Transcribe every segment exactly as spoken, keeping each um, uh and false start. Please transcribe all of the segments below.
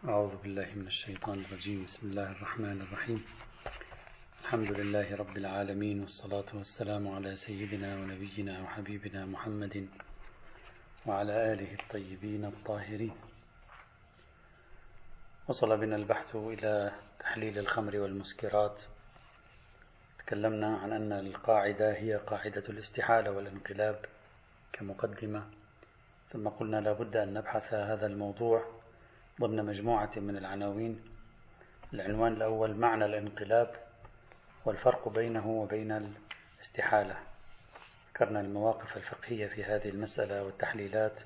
أعوذ بالله من الشيطان الرجيم. بسم الله الرحمن الرحيم. الحمد لله رب العالمين، والصلاة والسلام على سيدنا ونبينا وحبيبنا محمد وعلى آله الطيبين الطاهرين. وصل بنا البحث إلى تحليل الخمر والمسكرات. تكلمنا عن أن القاعدة هي قاعدة الاستحالة والانقلاب كمقدمة، ثم قلنا لا بد أن نبحث هذا الموضوع ضمن مجموعة من العناوين. العنوان الأول معنى الانقلاب والفرق بينه وبين الاستحالة. ذكرنا المواقف الفقهية في هذه المسألة والتحليلات،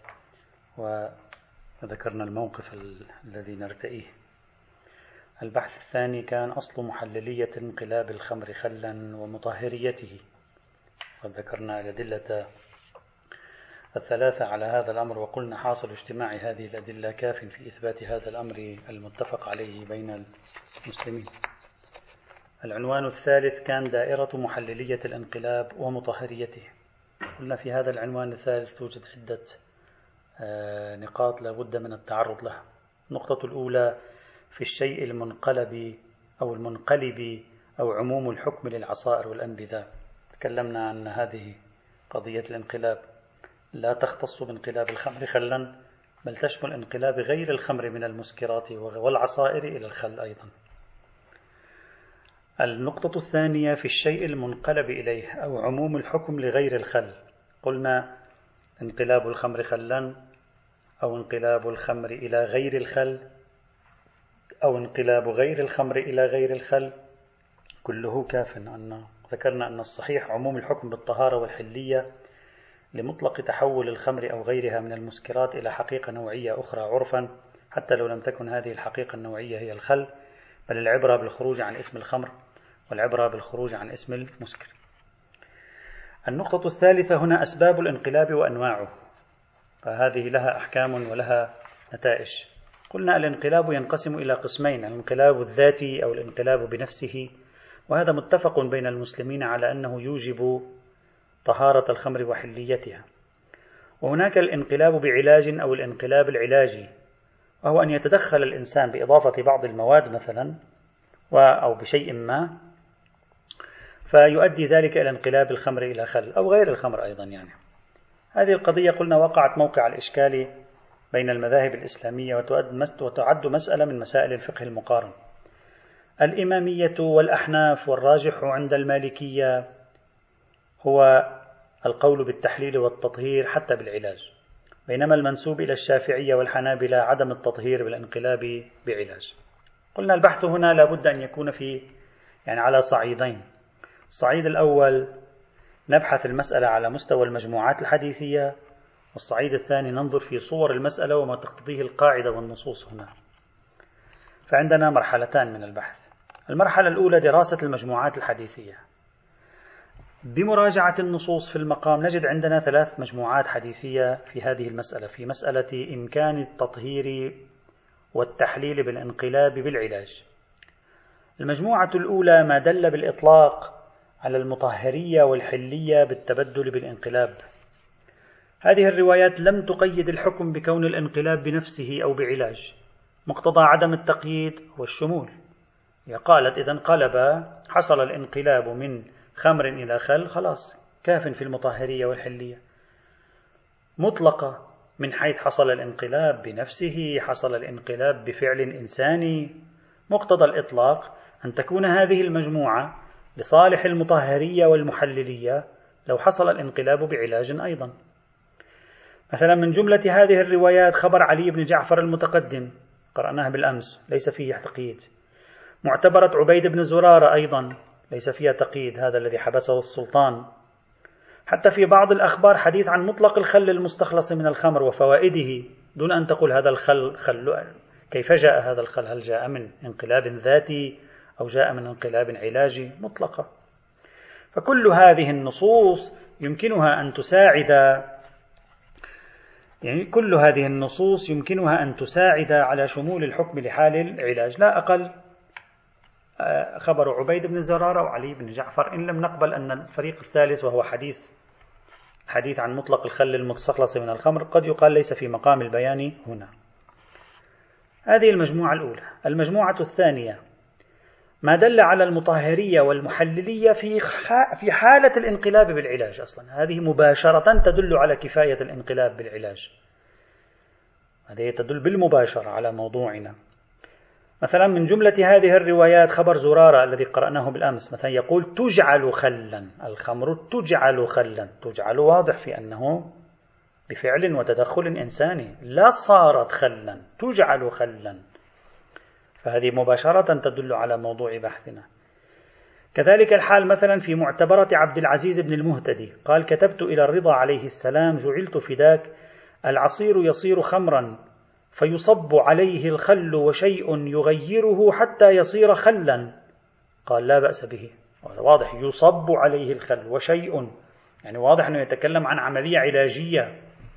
وذكرنا الموقف الذي نرتئيه. البحث الثاني كان أصل محللية انقلاب الخمر خلا ومطهريته، وذكرنا الأدلة الثلاثة على هذا الأمر، وقلنا حاصل اجتماع هذه الأدلة كاف في إثبات هذا الأمر المتفق عليه بين المسلمين. العنوان الثالث كان دائرة محللية الانقلاب ومطهريته. قلنا في هذا العنوان الثالث توجد عدة نقاط لا بد من التعرض لها. النقطة الأولى في الشيء المنقلب أو المنقلب أو عموم الحكم للعصائر والأنبذة. تكلمنا عن هذه قضية الانقلاب لا تختص بانقلاب الخمر خلا، بل تشمل انقلاب غير الخمر من المسكرات والعصائر إلى الخل أيضا. النقطة الثانية في الشيء المنقلب إليه أو عموم الحكم لغير الخل. قلنا انقلاب الخمر خلا أو انقلاب الخمر إلى غير الخل أو انقلاب غير الخمر إلى غير الخل كله كاف. أن ذكرنا أن الصحيح عموم الحكم بالطهارة والحلية لمطلق تحول الخمر أو غيرها من المسكرات إلى حقيقة نوعية أخرى عرفا، حتى لو لم تكن هذه الحقيقة النوعية هي الخل، بل العبرة بالخروج عن اسم الخمر والعبرة بالخروج عن اسم المسكر. النقطة الثالثة هنا أسباب الانقلاب وأنواعه، فهذه لها أحكام ولها نتائج. قلنا الانقلاب ينقسم إلى قسمين: الانقلاب الذاتي أو الانقلاب بنفسه، وهذا متفق بين المسلمين على أنه يوجب طهارة الخمر وحليتها. وهناك الانقلاب بعلاج أو الانقلاب العلاجي، وهو أن يتدخل الإنسان بإضافة بعض المواد مثلا أو بشيء ما، فيؤدي ذلك إلى انقلاب الخمر إلى خل أو غير الخمر أيضا. يعني هذه القضية قلنا وقعت موقع الإشكال بين المذاهب الإسلامية، وتعد مسألة من مسائل الفقه المقارن. الإمامية والأحناف والراجح عند المالكية هو القول بالتحليل والتطهير حتى بالعلاج، بينما المنسوب إلى الشافعية والحنابلة عدم التطهير بالانقلاب بعلاج. قلنا البحث هنا لابد أن يكون في يعني على صعيدين. الصعيد الأول نبحث المسألة على مستوى المجموعات الحديثية، والصعيد الثاني ننظر في صور المسألة وما تقتضيه القاعدة والنصوص هنا. فعندنا مرحلتان من البحث. المرحلة الأولى دراسة المجموعات الحديثية بمراجعة النصوص. في المقام نجد عندنا ثلاث مجموعات حديثية في هذه المسألة، في مسألة إمكان التطهير والتحليل بالانقلاب بالعلاج. المجموعة الأولى ما دل بالإطلاق على المطهرية والحلية بالتبدل بالانقلاب. هذه الروايات لم تقيد الحكم بكون الانقلاب بنفسه أو بعلاج، مقتضى عدم التقييد والشمول. هي قالت إذا انقلب، حصل الانقلاب من خمر إلى خل، خلاص كاف في المطهرية والحلية. مطلقة من حيث حصل الانقلاب بنفسه، حصل الانقلاب بفعل إنساني. مقتضى الإطلاق أن تكون هذه المجموعة لصالح المطهرية والمحللية لو حصل الانقلاب بعلاج أيضا. مثلا من جملة هذه الروايات خبر علي بن جعفر المتقدم، قرأناه بالأمس، ليس فيه تقييد. معتبرة عبيد بن زرارة أيضا ليس فيها تقييد، هذا الذي حبسه السلطان. حتى في بعض الأخبار حديث عن مطلق الخل المستخلص من الخمر وفوائده، دون أن تقول هذا الخل خل، كيف جاء هذا الخل؟ هل جاء من انقلاب ذاتي أو جاء من انقلاب علاجي؟ مطلقة. فكل هذه النصوص يمكنها أن تساعد يعني كل هذه النصوص يمكنها أن تساعد على شمول الحكم لحال العلاج، لا أقل خبر عبيد بن زرارة وعلي بن جعفر، إن لم نقبل أن الفريق الثالث وهو حديث حديث عن مطلق الخل المستخلص من الخمر قد يقال ليس في مقام البيان هنا. هذه المجموعة الأولى. المجموعة الثانية ما دل على المطهرية والمحللية في في حالة الانقلاب بالعلاج. أصلا هذه مباشرة تدل على كفاية الانقلاب بالعلاج، هذه تدل بالمباشرة على موضوعنا. مثلا من جملة هذه الروايات خبر زرارة الذي قرأناه بالأمس، مثلا يقول تجعل خلا، الخمر تجعل خلا، تجعل واضح في أنه بفعل وتدخل إنساني، لا صارت خلا، تجعل خلا، فهذه مباشرة تدل على موضوع بحثنا. كذلك الحال مثلا في معتبرة عبد العزيز بن المهتدي، قال كتبت إلى الرضا عليه السلام جعلت فداك، العصير يصير خمرا فيصب عليه الخل وشيء يغيره حتى يصير خلا، قال لا بأس به. واضح يصب عليه الخل وشيء، يعني واضح أنه يتكلم عن عملية علاجية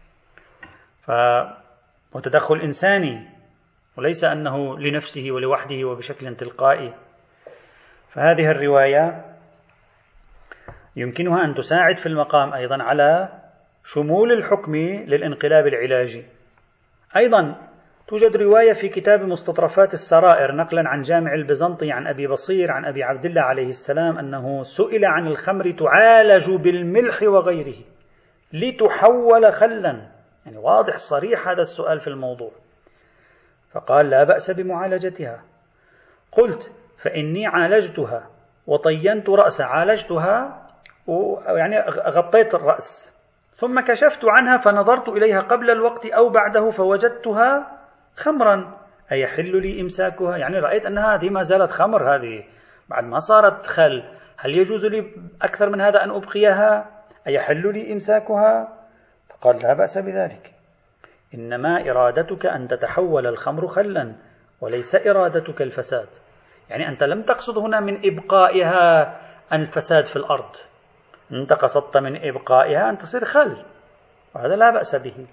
وتدخل إنساني، وليس أنه لنفسه ولوحده وبشكل تلقائي. فهذه الرواية يمكنها أن تساعد في المقام أيضا على شمول الحكم للانقلاب العلاجي. أيضا توجد رواية في كتاب مستطرفات السرائر نقلا عن جامع البيزنطي عن أبي بصير عن أبي عبد الله عليه السلام أنه سئل عن الخمر تعالج بالملح وغيره لتحول خلا، يعني واضح صريح هذا السؤال في الموضوع، فقال لا بأس بمعالجتها. قلت فإني عالجتها وطينت رأس، عالجتها يعني غطيت الرأس، ثم كشفت عنها فنظرت إليها قبل الوقت أو بعده فوجدتها خمرا، أيحل لي إمساكها؟ يعني رأيت أنها هذه ما زالت خمر، هذه بعد ما صارت خل، هل يجوز لي أكثر من هذا أن أبقيها؟ أيحل لي إمساكها؟ فقال لا بأس بذلك، إنما إرادتك أن تتحول الخمر خلا وليس إرادتك الفساد، يعني أنت لم تقصد هنا من إبقائها الفساد في الأرض، أنت قصدت من إبقائها أن تصير خل، وهذا لا بأس به.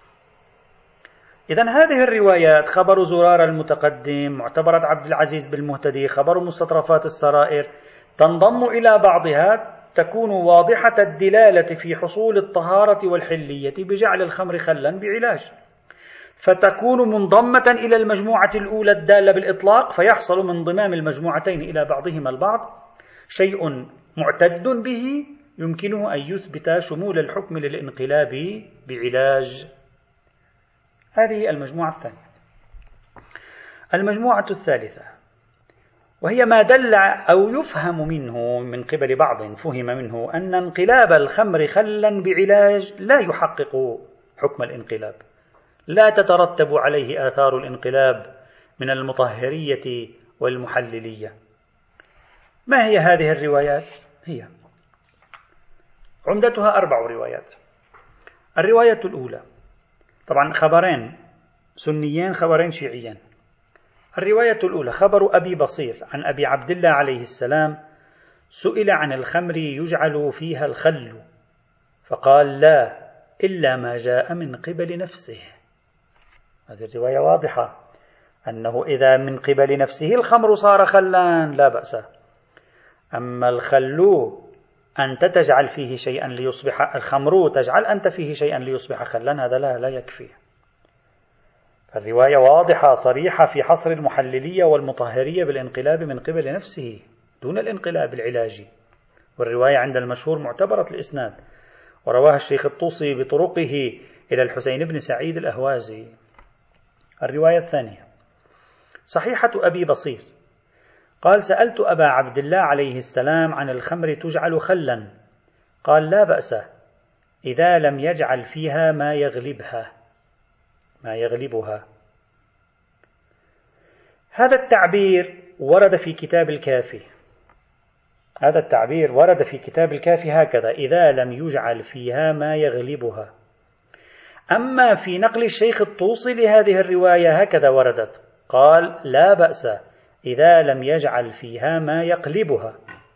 إذن هذه الروايات خبر زرار المتقدم، معتبرة عبد العزيز بالمهتدي، خبر مستطرفات السرائر، تنضم إلى بعضها تكون واضحة الدلالة في حصول الطهارة والحلية بجعل الخمر خلا بعلاج، فتكون منضمة إلى المجموعة الأولى الدالة بالإطلاق، فيحصل من انضمام المجموعتين إلى بعضهما البعض شيء معتد به يمكنه أن يثبت شمول الحكم للانقلاب بعلاج. هذه المجموعة الثانية. المجموعة الثالثة وهي ما دل أو يفهم منه من قبل بعض، فهم منه أن انقلاب الخمر خلا بعلاج لا يحقق حكم الانقلاب، لا تترتب عليه آثار الانقلاب من المطهرية والمحللية. ما هي هذه الروايات؟ هي عمدتها أربع روايات. الرواية الأولى طبعا خبرين سنيين خبرين شيعيين. الرواية الأولى خبر أبي بصير عن أبي عبد الله عليه السلام سئل عن الخمر يجعل فيها الخل فقال لا إلا ما جاء من قبل نفسه. هذه الرواية واضحة أنه إذا من قبل نفسه الخمر صار خلا لا بأس، أما الخل أنت تجعل فيه شيئا ليصبح الخمر تجعل أنت فيه شيئا ليصبح خلا، هذا لا لا يكفي. الرواية واضحة صريحة في حصر المحللية والمطهرية بالانقلاب من قبل نفسه دون الانقلاب العلاجي، والرواية عند المشهور معتبرة الإسناد، ورواها الشيخ الطوسي بطرقه إلى الحسين بن سعيد الأهوازي. الرواية الثانية صحيحة أبي بصير قال سألت أبا عبد الله عليه السلام عن الخمر تجعل خلا، قال لا بأس إذا لم يجعل فيها ما يغلبها ما يغلبها. هذا التعبير ورد في كتاب الكافي، هذا التعبير ورد في كتاب الكافي هكذا إذا لم يجعل فيها ما يغلبها. أما في نقل الشيخ الطوسي لهذه الرواية هكذا وردت، قال لا بأس إذا لم يجعل فيها ما يقلبها.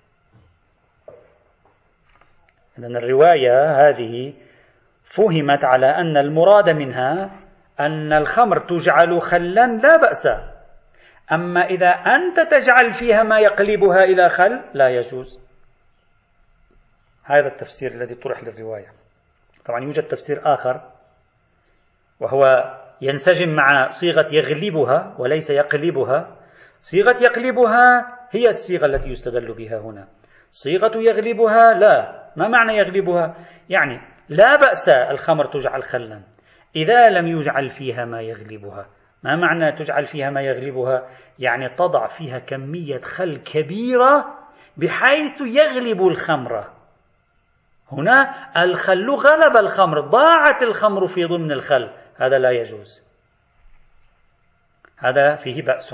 لأن الرواية هذه فهمت على أن المراد منها أن الخمر تجعل خلا لا بأس، أما إذا أنت تجعل فيها ما يقلبها إلى خل لا يجوز. هذا التفسير الذي طرح للرواية. طبعا يوجد تفسير آخر وهو ينسجم مع صيغة يغلبها وليس يقلبها. صيغة يقلبها هي الصيغة التي يستدل بها هنا. صيغة يغلبها لا. ما معنى يغلبها؟ يعني لا بأس الخمر تجعل خلا إذا لم يجعل فيها ما يغلبها. ما معنى تجعل فيها ما يغلبها؟ يعني تضع فيها كمية خل كبيرة بحيث يغلب الخمر. هنا الخل غلب الخمر، ضاعت الخمر في ضمن الخل، هذا لا يجوز، هذا فيه بأس.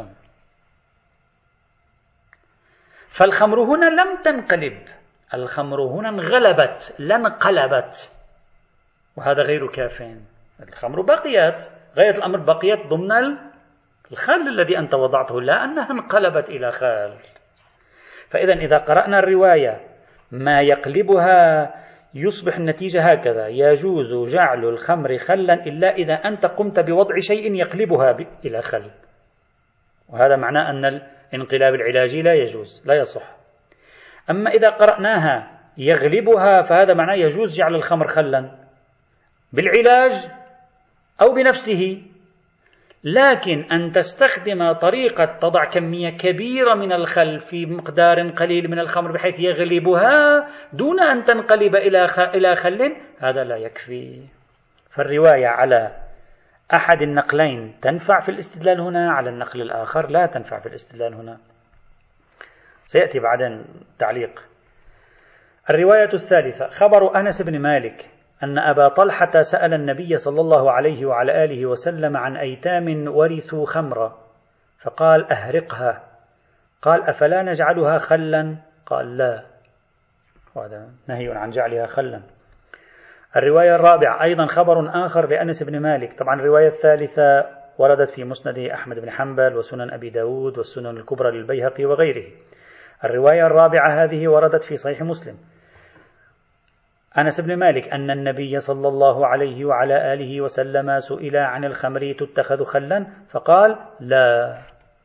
فالخمر هنا لم تنقلب، الخمر هنا انغلبت لا انقلبت، وهذا غير كاف. الخمر بقيت، غاية الأمر بقيت ضمن الخل الذي أنت وضعته، لا أنها انقلبت إلى خل. فإذا إذا قرأنا الرواية ما يقلبها يصبح النتيجة هكذا: يجوز جعل الخمر خلا إلا إذا أنت قمت بوضع شيء يقلبها إلى خل، وهذا معناه أن الانقلاب العلاجي لا يجوز، لا يصح. أما إذا قرأناها يغلبها فهذا معناه يجوز جعل الخمر خلا بالعلاج أو بنفسه، لكن أن تستخدم طريقة تضع كمية كبيرة من الخل في مقدار قليل من الخمر بحيث يغلبها دون أن تنقلب إلى خل، هذا لا يكفي. فالرواية على أحد النقلين تنفع في الاستدلال هنا، على النقل الآخر لا تنفع في الاستدلال هنا. سيأتي بعدين تعليق. الرواية الثالثة: خبر أنس بن مالك أن أبا طلحة سأل النبي صلى الله عليه وعلى آله وسلم عن أيتام ورثوا خمرا فقال: أهرقها. قال: أفلا نجعلها خلا؟ قال: لا، وهذا نهي عن جعلها خلا. الرواية الرابعة أيضا خبر آخر لأنس بن مالك، طبعا الرواية الثالثة وردت في مسند أحمد بن حنبل وسنن أبي داود والسنن الكبرى للبيهقي وغيره. الرواية الرابعة هذه وردت في صحيح مسلم. أنس بن مالك أن النبي صلى الله عليه وعلى آله وسلم سئل عن الخمر تتخذ خلا فقال: لا.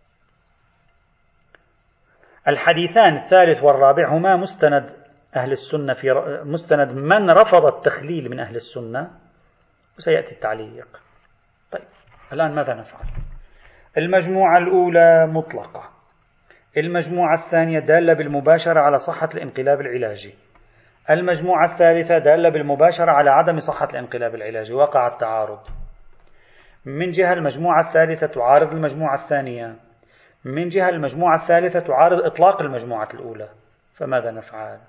الحديثان الثالث والرابع هما مستند أهل السنة، في مستند من رفض التخليل من أهل السنة، وسيأتي التعليق. طيب الآن ماذا نفعل؟ المجموعة الأولى مطلقة، المجموعة الثانية دالة بالمباشرة على صحة الانقلاب العلاجي، المجموعة الثالثة دالة بالمباشرة على عدم صحة الانقلاب العلاجي. وقع التعارض. من جهة المجموعة الثالثة تعارض المجموعة الثانية، من جهة المجموعة الثالثة تعارض إطلاق المجموعة الأولى، فماذا نفعل؟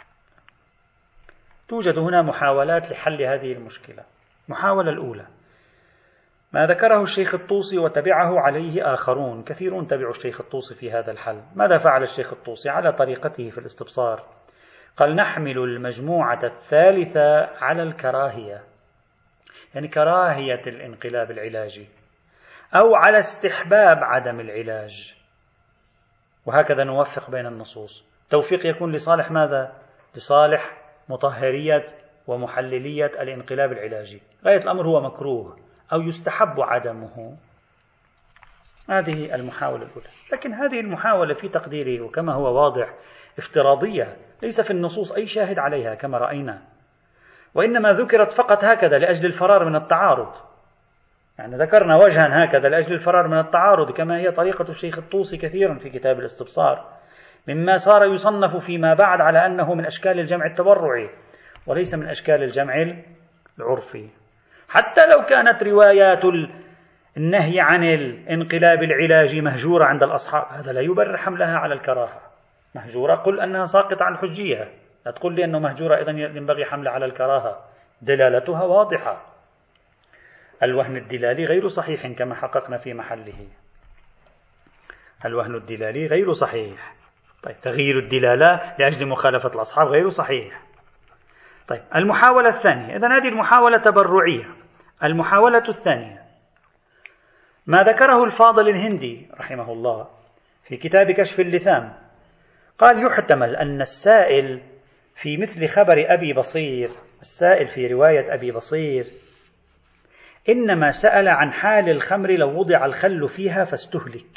توجد هنا محاولات لحل هذه المشكلة. المحاولة الأولى ما ذكره الشيخ الطوسي وتبعه عليه آخرون، كثيرون تبعوا الشيخ الطوسي في هذا الحل. ماذا فعل الشيخ الطوسي على طريقته في الاستبصار؟ قال: نحمل المجموعة الثالثة على الكراهية، يعني كراهية الانقلاب العلاجي، أو على استحباب عدم العلاج، وهكذا نوفق بين النصوص. توفيق يكون لصالح ماذا؟ لصالح مطهرية ومحللية الانقلاب العلاجي. غاية الأمر هو مكروه أو يستحب عدمه. هذه المحاولة الأولى. لكن هذه المحاولة في تقديري وكما هو واضح افتراضية، ليس في النصوص أي شاهد عليها كما رأينا، وإنما ذكرت فقط هكذا لأجل الفرار من التعارض. يعني ذكرنا وجها هكذا لأجل الفرار من التعارض، كما هي طريقة الشيخ الطوسي كثيرا في كتاب الاستبصار، مما صار يصنف فيما بعد على أنه من أشكال الجمع التبرعي وليس من أشكال الجمع العرفي. حتى لو كانت روايات النهي عن الانقلاب العلاجي مهجورة عند الأصحاب، هذا لا يبرر حملها على الكراهة. مهجورة قل أنها ساقطة عن الحجية، لا تقول لي أنه مهجورة إذن ينبغي حملها على الكراهة، دلالتها واضحة. الوهن الدلالي غير صحيح كما حققنا في محله، الوهن الدلالي غير صحيح. طيب تغيير الدلالة لأجل مخالفة الأصحاب غير صحيح. طيب المحاولة الثانية، إذن هذه المحاولة تبرعية. المحاولة الثانية ما ذكره الفاضل الهندي رحمه الله في كتاب كشف اللثام، قال: يحتمل أن السائل في مثل خبر أبي بصير، السائل في رواية أبي بصير إنما سأل عن حال الخمر لو وضع الخل فيها فاستهلك.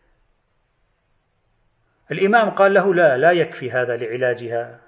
الإمام قال له: لا لا يكفي هذا لعلاجها،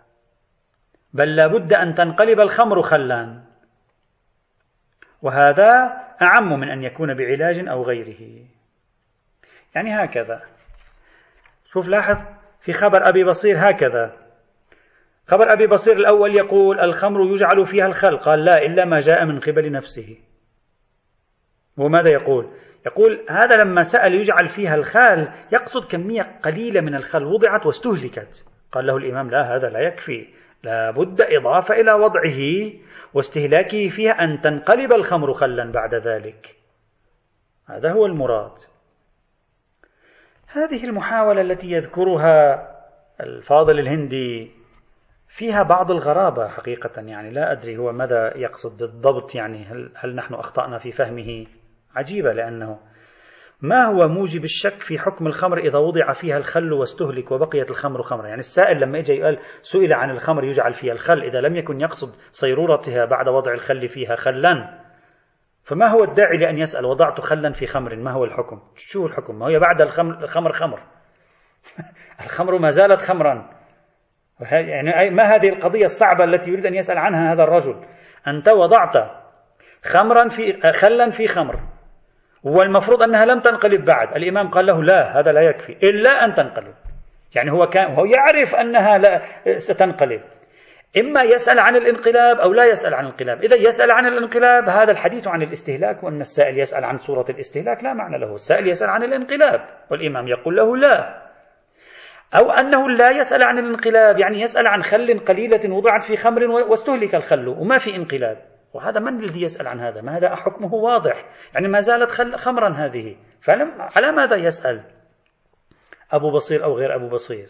بل لا بد أن تنقلب الخمر خلا. وهذا أعم من أن يكون بعلاج أو غيره. يعني هكذا، شوف لاحظ في خبر أبي بصير هكذا، خبر أبي بصير الأول يقول الخمر يجعل فيها الخل، قال لا إلا ما جاء من قبل نفسه. وماذا يقول؟ يقول هذا لما سأل يجعل فيها الخل يقصد كمية قليلة من الخل وضعت واستهلكت. قال له الإمام لا، هذا لا يكفي، لا بد إضافة إلى وضعه واستهلاكه فيها أن تنقلب الخمر خلا بعد ذلك. هذا هو المراد. هذه المحاولة التي يذكرها الفاضل الهندي فيها بعض الغرابة حقيقة، يعني لا أدري هو ماذا يقصد بالضبط، يعني هل, هل نحن أخطأنا في فهمه؟ عجيبة، لأنه ما هو موجب الشك في حكم الخمر إذا وضع فيها الخل واستهلك وبقيت الخمر خمرا؟ يعني السائل لما يجي يقول سئل عن الخمر يجعل فيها الخل، إذا لم يكن يقصد صيرورتها بعد وضع الخل فيها خلا، فما هو الداعي لأن يسأل وضعت خلا في خمر ما هو الحكم؟ شو الحكم؟ ما هي بعد الخمر خمر, خمر. الخمر ما زالت خمرا. يعني ما هذه القضية الصعبة التي يريد أن يسأل عنها هذا الرجل؟ أنت وضعت خمرا في خلا في خمر والمفروض أنها لم تنقلب بعد. الإمام قال له لا، هذا لا يكفي إلا أن تنقلب. يعني هو كان هو يعرف أنها لا ستنقلب، إما يسأل عن الانقلاب أو لا يسأل عن الانقلاب. إذا يسأل عن الانقلاب هذا الحديث عن الاستهلاك، وأن السائل يسأل عن صورة الاستهلاك لا معنى له. السائل يسأل عن الانقلاب والإمام يقول له لا. أو أنه لا يسأل عن الانقلاب، يعني يسأل عن خل قليلة وضعت في خمر واستهلك الخل وما في انقلاب، وهذا من الذي يسأل عن هذا؟ ما هذا حكمه واضح، يعني ما زالت خمرا هذه، فلم على ماذا يسأل أبو بصير أو غير أبو بصير؟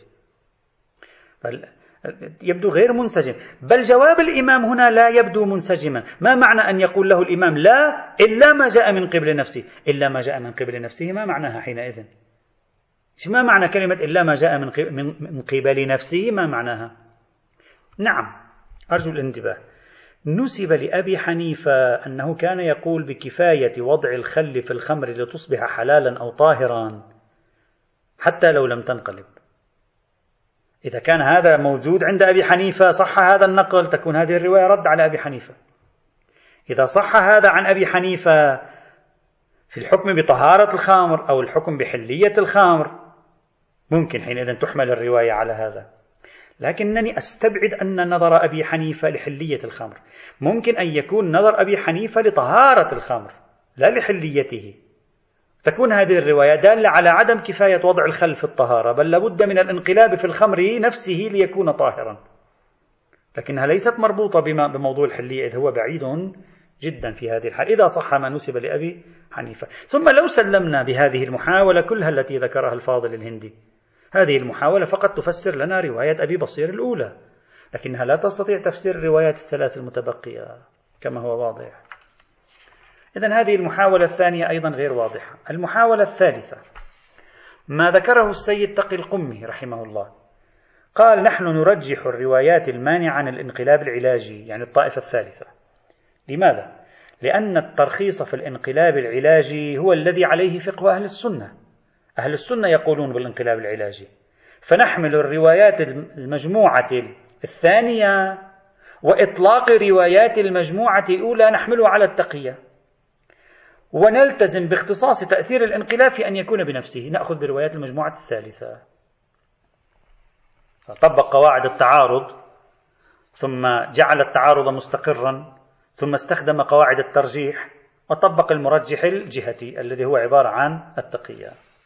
بل يبدو غير منسجم، بل جواب الإمام هنا لا يبدو منسجما. ما معنى أن يقول له الإمام لا إلا ما جاء من قبل نفسه؟ إلا ما جاء من قبل نفسه ما معناها حينئذ؟ ما معنى كلمة إلا ما جاء من قبل نفسه؟ ما معناها؟ نعم، أرجو الانتباه. نسب لأبي حنيفة أنه كان يقول بكفاية وضع الخل في الخمر لتصبح حلالا أو طاهرا حتى لو لم تنقلب. إذا كان هذا موجود عند أبي حنيفة صح هذا النقل، تكون هذه الرواية رد على أبي حنيفة. إذا صح هذا عن أبي حنيفة في الحكم بطهارة الخمر أو الحكم بحلية الخمر ممكن حينئذ تحمل الرواية على هذا، لكنني أستبعد أن نظر أبي حنيفة لحلية الخمر. ممكن أن يكون نظر أبي حنيفة لطهارة الخمر لا لحليته، تكون هذه الرواية دالة على عدم كفاية وضع الخل في الطهارة، بل لابد من الانقلاب في الخمر نفسه ليكون طاهرا، لكنها ليست مربوطة بموضوع الحلية إذ هو بعيد جدا في هذه الحال إذا صح ما نسب لأبي حنيفة. ثم لو سلمنا بهذه المحاولة كلها التي ذكرها الفاضل الهندي، هذه المحاولة فقط تفسر لنا رواية أبي بصير الأولى، لكنها لا تستطيع تفسير الروايات الثلاث المتبقية كما هو واضح. إذن هذه المحاولة الثانية أيضا غير واضحة. المحاولة الثالثة ما ذكره السيد تقي القمي رحمه الله، قال نحن نرجح الروايات المانعة عن الانقلاب العلاجي، يعني الطائفة الثالثة. لماذا؟ لأن الترخيص في الانقلاب العلاجي هو الذي عليه فقه أهل السنة. أهل السنة يقولون بالانقلاب العلاجي، فنحمل الروايات المجموعة الثانية وإطلاق روايات المجموعة الأولى نحمله على التقية، ونلتزم باختصاص تأثير الانقلاب في أن يكون بنفسه، نأخذ بروايات المجموعة الثالثة. طبق قواعد التعارض ثم جعل التعارض مستقرا، ثم استخدم قواعد الترجيح وطبق المرجح الجهتي الذي هو عبارة عن التقية.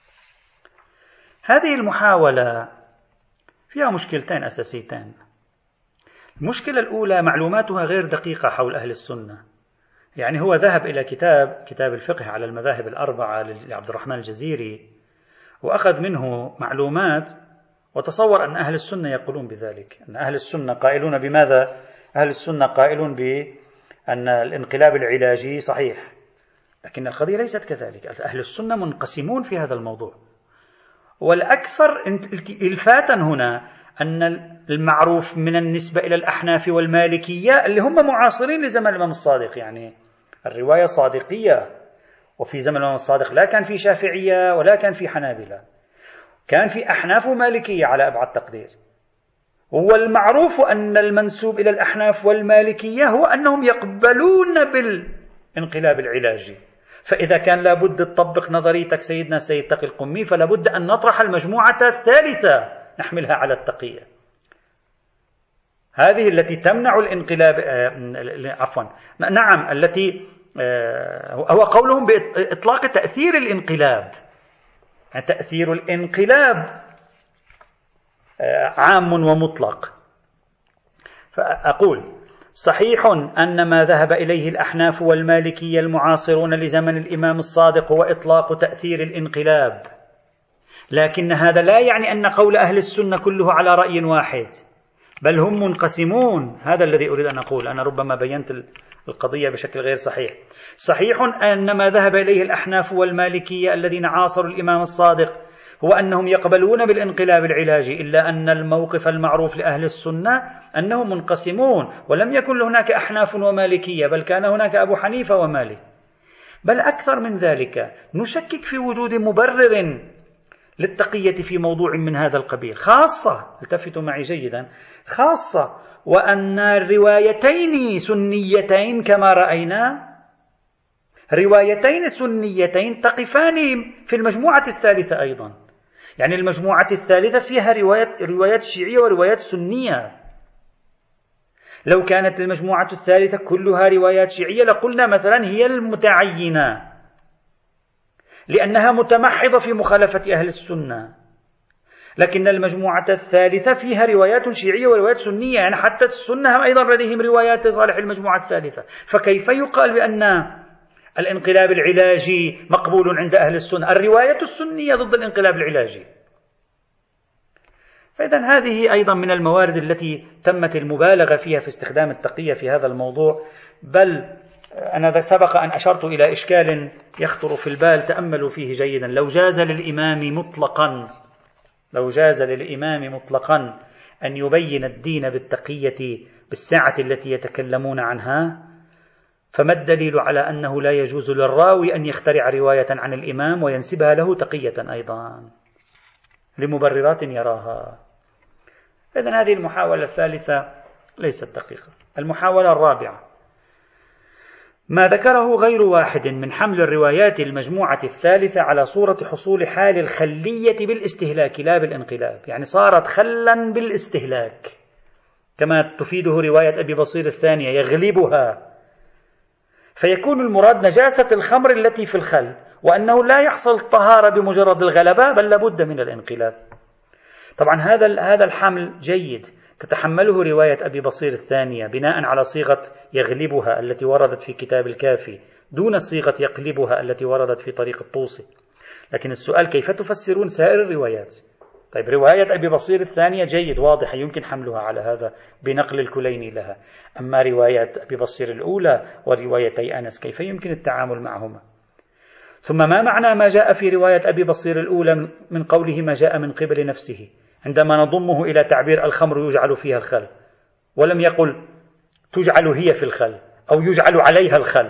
هذه المحاولة فيها مشكلتين أساسيتين. المشكلة الأولى معلوماتها غير دقيقة حول أهل السنة. يعني هو ذهب إلى كتاب كتاب الفقه على المذاهب الأربعة لعبد الرحمن الجزيري وأخذ منه معلومات وتصور أن أهل السنة يقولون بذلك، أن أهل السنة قائلون بماذا؟ أهل السنة قائلون بأن الانقلاب العلاجي صحيح، لكن القضية ليست كذلك. أهل السنة منقسمون في هذا الموضوع، والأكثر إلفاتا هنا أن المعروف من النسبة إلى الأحناف والمالكية اللي هم معاصرين لزمن الإمام الصادق، يعني الرواية صادقية، وفي زمن الإمام الصادق لا كان في شافعية ولا كان في حنابلة، كان في أحناف ومالكية على أبعد تقدير. والمعروف أن المنسوب إلى الأحناف والمالكية هو أنهم يقبلون بالانقلاب العلاجي، فإذا كان لابد تطبق نظريتك سيدنا سيد تقي القمي، فلابد أن نطرح المجموعة الثالثة نحملها على التقية، هذه التي تمنع الانقلاب، عفوا نعم التي هو قولهم بإطلاق تأثير الانقلاب، تأثير الانقلاب عام ومطلق. فأقول صحيح أن ما ذهب إليه الأحناف والمالكية المعاصرون لزمن الإمام الصادق هو إطلاق تأثير الانقلاب، لكن هذا لا يعني أن قول أهل السنة كله على رأي واحد، بل هم منقسمون. هذا الذي أريد أن أقول، أنا ربما بينت القضية بشكل غير صحيح. صحيح أن ما ذهب إليه الأحناف والمالكية الذين عاصروا الإمام الصادق هو أنهم يقبلون بالانقلاب العلاجي، إلا أن الموقف المعروف لأهل السنة أنهم منقسمون، ولم يكن هناك أحناف ومالكية، بل كان هناك أبو حنيفة ومالك. بل أكثر من ذلك، نشكك في وجود مبرر للتقية في موضوع من هذا القبيل، خاصة التفتوا معي جيدا، خاصة وأن الروايتين سنيتين كما رأينا، روايتين سنيتين تقفان في المجموعة الثالثة أيضا، يعني المجموعة الثالثة فيها روايات روايات شيعية وروايات سنية. لو كانت المجموعة الثالثة كلها روايات شيعية لقلنا مثلا هي المتعينة لأنها متمحضة في مخالفة أهل السنة، لكن المجموعة الثالثة فيها روايات شيعية وروايات سنية، يعني حتى السنة أيضا لديهم روايات صالح المجموعة الثالثة، فكيف يقال بأن الانقلاب العلاجي مقبول عند أهل السنة؟ الرواية السنية ضد الانقلاب العلاجي. فإذا هذه أيضا من الموارد التي تمت المبالغة فيها في استخدام التقية في هذا الموضوع. بل أنا سبق أن أشرت إلى إشكال يخطر في البال، تأملوا فيه جيدا. لو جاز للإمام مطلقا لو جاز للإمام مطلقا أن يبين الدين بالتقية بالساعة التي يتكلمون عنها، فما الدليل على أنه لا يجوز للراوي أن يخترع رواية عن الإمام وينسبها له تقية أيضا لمبررات يراها؟ إذن هذه المحاولة الثالثة ليست دقيقة. المحاولة الرابعة ما ذكره غير واحد من حمل الروايات المجموعة الثالثة على صورة حصول حال الخلية بالاستهلاك لا بالانقلاب، يعني صارت خلا بالاستهلاك كما تفيده رواية أبي بصير الثانية يغلبها، فيكون المراد نجاسة الخمر التي في الخل، وأنه لا يحصل الطهارة بمجرد الغلبة بل لابد من الانقلاب. طبعا هذا هذا الحمل جيد، تتحمله رواية أبي بصير الثانية بناء على صيغة يغلبها التي وردت في كتاب الكافي دون صيغة يقلبها التي وردت في طريق الطوسي. لكن السؤال كيف تفسرون سائر الروايات؟ طيب رواية أبي بصير الثانية جيد واضح يمكن حملها على هذا بنقل الكليني لها، أما رواية أبي بصير الأولى وروايتي أنس كيف يمكن التعامل معهما؟ ثم ما معنى ما جاء في رواية أبي بصير الأولى من قوله ما جاء من قبل نفسه عندما نضمه إلى تعبير الخمر يجعل فيها الخل، ولم يقل تجعل هي في الخل أو يجعل عليها الخل؟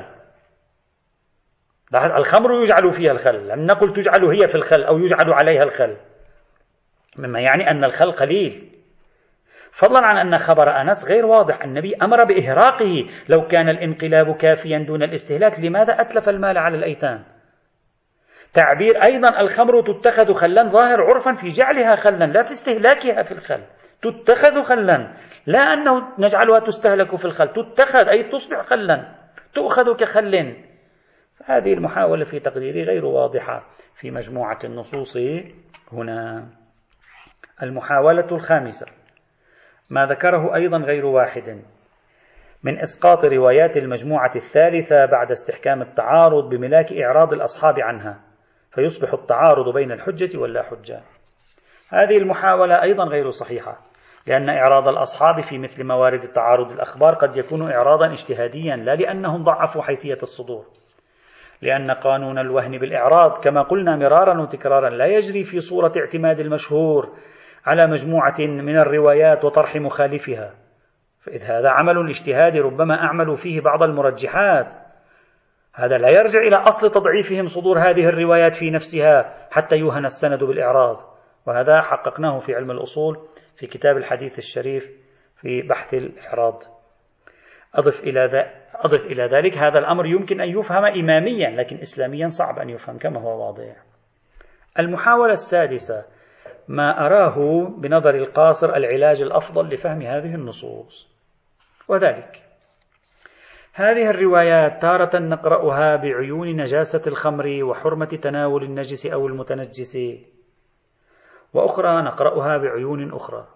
الخمر يجعل فيها الخل، لم نقل تجعل هي في الخل أو يجعل عليها الخل، مما يعني أن الخل قليل، فضلا عن أن خبر أنس غير واضح. النبي أمر بإهراقه، لو كان الانقلاب كافيا دون الاستهلاك لماذا أتلف المال على الأيتام؟ تعبير أيضا الخمر تتخذ خلا ظاهر عرفا في جعلها خلا لا في استهلاكها في الخل، تتخذ خلا لا أنه نجعلها تستهلك في الخل، تتخذ أي تصبح خلا تؤخذ كخل. هذه المحاولة في تقديري غير واضحة في مجموعة النصوص هنا. المحاولة الخامسة ما ذكره أيضا غير واحد من إسقاط روايات المجموعة الثالثة بعد استحكام التعارض بملاك إعراض الأصحاب عنها، فيصبح التعارض بين الحجة واللا حجة. هذه المحاولة أيضا غير صحيحة، لأن إعراض الأصحاب في مثل موارد التعارض الأخبار قد يكون إعراضا اجتهاديا لا لأنهم ضعفوا حيثية الصدور، لأن قانون الوهن بالإعراض كما قلنا مرارا وتكرارا لا يجري في صورة اعتماد المشهور على مجموعة من الروايات وطرح مخالفها، فإذ هذا عمل اجتهادي ربما أعملوا فيه بعض المرجحات، هذا لا يرجع إلى أصل تضعيفهم صدور هذه الروايات في نفسها حتى يوهن السند بالإعراض، وهذا حققناه في علم الأصول في كتاب الحديث الشريف في بحث الإعراض. أضف إلى ذا أضف إلى ذلك هذا الأمر يمكن أن يفهم إماميا، لكن إسلاميا صعب أن يفهم كما هو واضح. المحاولة السادسة ما أراه بنظر القاصر العلاج الأفضل لفهم هذه النصوص، وذلك هذه الروايات تارة نقرأها بعيون نجاسة الخمر وحرمة تناول النجس أو المتنجس، وأخرى نقرأها بعيون أخرى.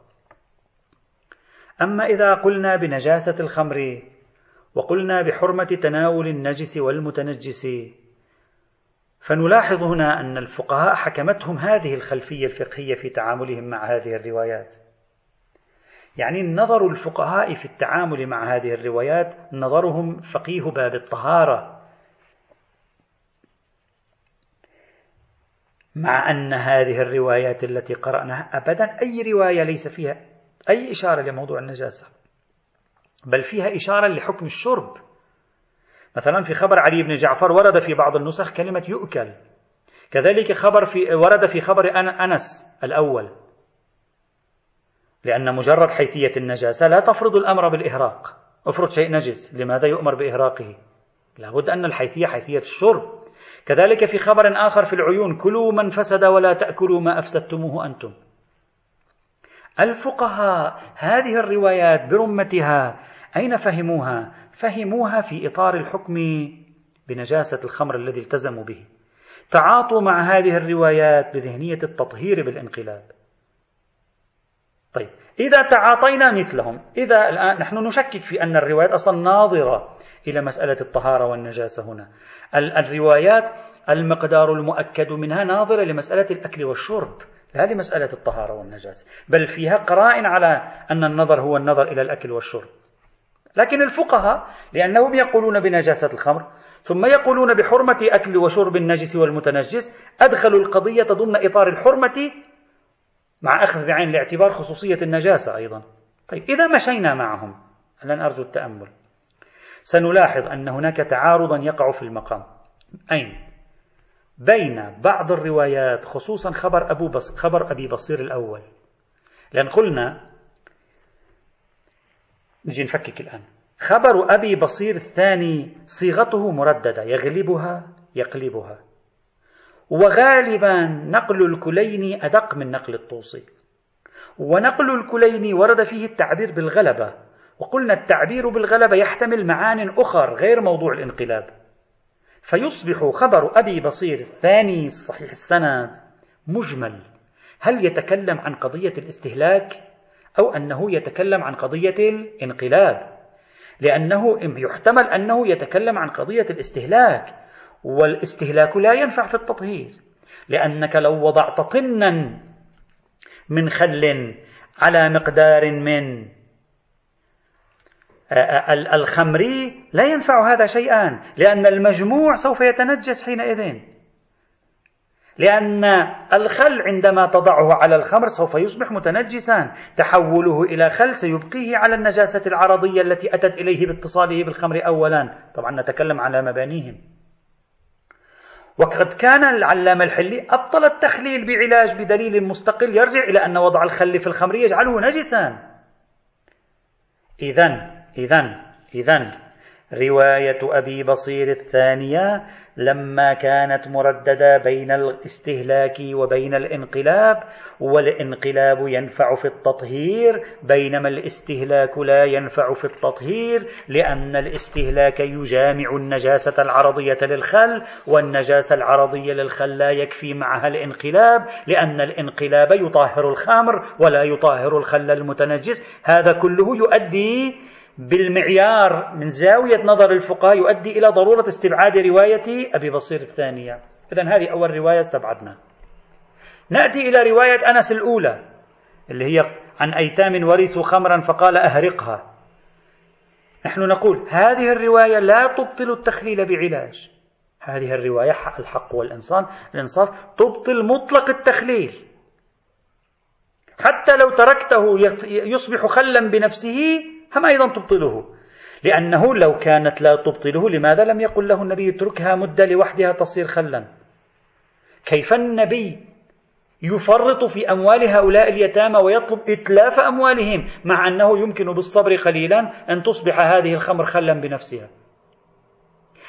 أما إذا قلنا بنجاسة الخمر وقلنا بحرمة تناول النجس والمتنجس، فنلاحظ هنا أن الفقهاء حكمتهم هذه الخلفية الفقهية في تعاملهم مع هذه الروايات. يعني نظر الفقهاء في التعامل مع هذه الروايات نظرهم فقيه باب الطهارة، مع أن هذه الروايات التي قرأناها أبدا أي رواية ليس فيها أي إشارة لموضوع النجاسة، بل فيها إشارة لحكم الشرب. مثلا في خبر علي بن جعفر ورد في بعض النسخ كلمة يؤكل، كذلك خبر في ورد في خبر أنس الأول، لأن مجرد حيثية النجاسة لا تفرض الأمر بالإهراق. أفرض شيء نجس، لماذا يؤمر بإهراقه؟ لابد أن الحيثية حيثية الشرب. كذلك في خبر آخر في العيون كلوا من فسد ولا تأكلوا ما أفسدتموه أنتم. الفقهاء هذه الروايات برمتها أين فهموها؟ فهموها في إطار الحكم بنجاسة الخمر الذي التزموا به، تعاطوا مع هذه الروايات بذهنية التطهير بالانقلاب. طيب إذا تعاطينا مثلهم، إذا الآن نحن نشكك في أن الروايات أصلا ناظرة إلى مسألة الطهارة والنجاسة، هنا الروايات المقدار المؤكد منها ناظرة لمسألة الأكل والشرب لا لمسألة الطهارة والنجاسة، بل فيها قرائن على أن النظر هو النظر إلى الأكل والشرب. لكن الفقهاء لأنهم يقولون بنجاسة الخمر ثم يقولون بحرمة أكل وشرب النجس والمتنجس، أدخلوا القضية ضمن إطار الحرمة مع أخذ بعين الاعتبار خصوصية النجاسة أيضا. طيب إذا مشينا معهم، الآن أرجو التأمل، سنلاحظ أن هناك تعارضا يقع في المقام. أين؟ بين بعض الروايات خصوصا خبر, أبو بص خبر أبي بصير الأول، لأن قلنا نجي نفكك الآن. خبر أبي بصير الثاني صيغته مرددة، يغلبها يقلبها، وغالبا نقل الكليني أدق من نقل الطوسي، ونقل الكليني ورد فيه التعبير بالغلبة، وقلنا التعبير بالغلبة يحتمل معان أخر غير موضوع الانقلاب، فيصبح خبر أبي بصير الثاني الصحيح السند مجمل، هل يتكلم عن قضية الاستهلاك أو أنه يتكلم عن قضية الانقلاب؟ لأنه يحتمل أنه يتكلم عن قضية الاستهلاك، والاستهلاك لا ينفع في التطهير، لأنك لو وضعت طنا من خل على مقدار من الخمري لا ينفع هذا شيئا، لأن المجموع سوف يتنجس حينئذ، لأن الخل عندما تضعه على الخمر سوف يصبح متنجسا، تحوله إلى خل سيبقيه على النجاسة العرضية التي أتت إليه باتصاله بالخمر أولا. طبعا نتكلم على مبانيهم. وقد كان العلامة الحلي أبطل التخليل بعلاج بدليل مستقل يرجع إلى أن وضع الخل في الخمر يجعله نجسا. إذن إذن إذن رواية أبي بصير الثانية لما كانت مرددة بين الاستهلاك وبين الانقلاب، والانقلاب ينفع في التطهير بينما الاستهلاك لا ينفع في التطهير، لأن الاستهلاك يجامع النجاسة العرضية للخل، والنجاسة العرضية للخل لا يكفي معها الانقلاب، لأن الانقلاب يطهر الخمر ولا يطهر الخل المتنجس. هذا كله يؤدي بالمعيار من زاوية نظر الفقهاء يؤدي إلى ضرورة استبعاد رواية أبي بصير الثانية. إذن هذه أول رواية استبعدنا. نأتي إلى رواية أنس الأولى اللي هي عن أيتام ورثوا خمرا فقال أهرقها. نحن نقول هذه الرواية لا تبطل التخليل بعلاج، هذه الرواية الحق والإنصاف الإنصاف تبطل مطلق التخليل، حتى لو تركته يصبح خلا بنفسه هم أيضا تبطله، لأنه لو كانت لا تبطله لماذا لم يقل له النبي اتركها مدة لوحدها تصير خلا؟ كيف النبي يفرط في أموال هؤلاء اليتامى ويطلب إتلاف أموالهم مع أنه يمكن بالصبر قليلا أن تصبح هذه الخمر خلا بنفسها؟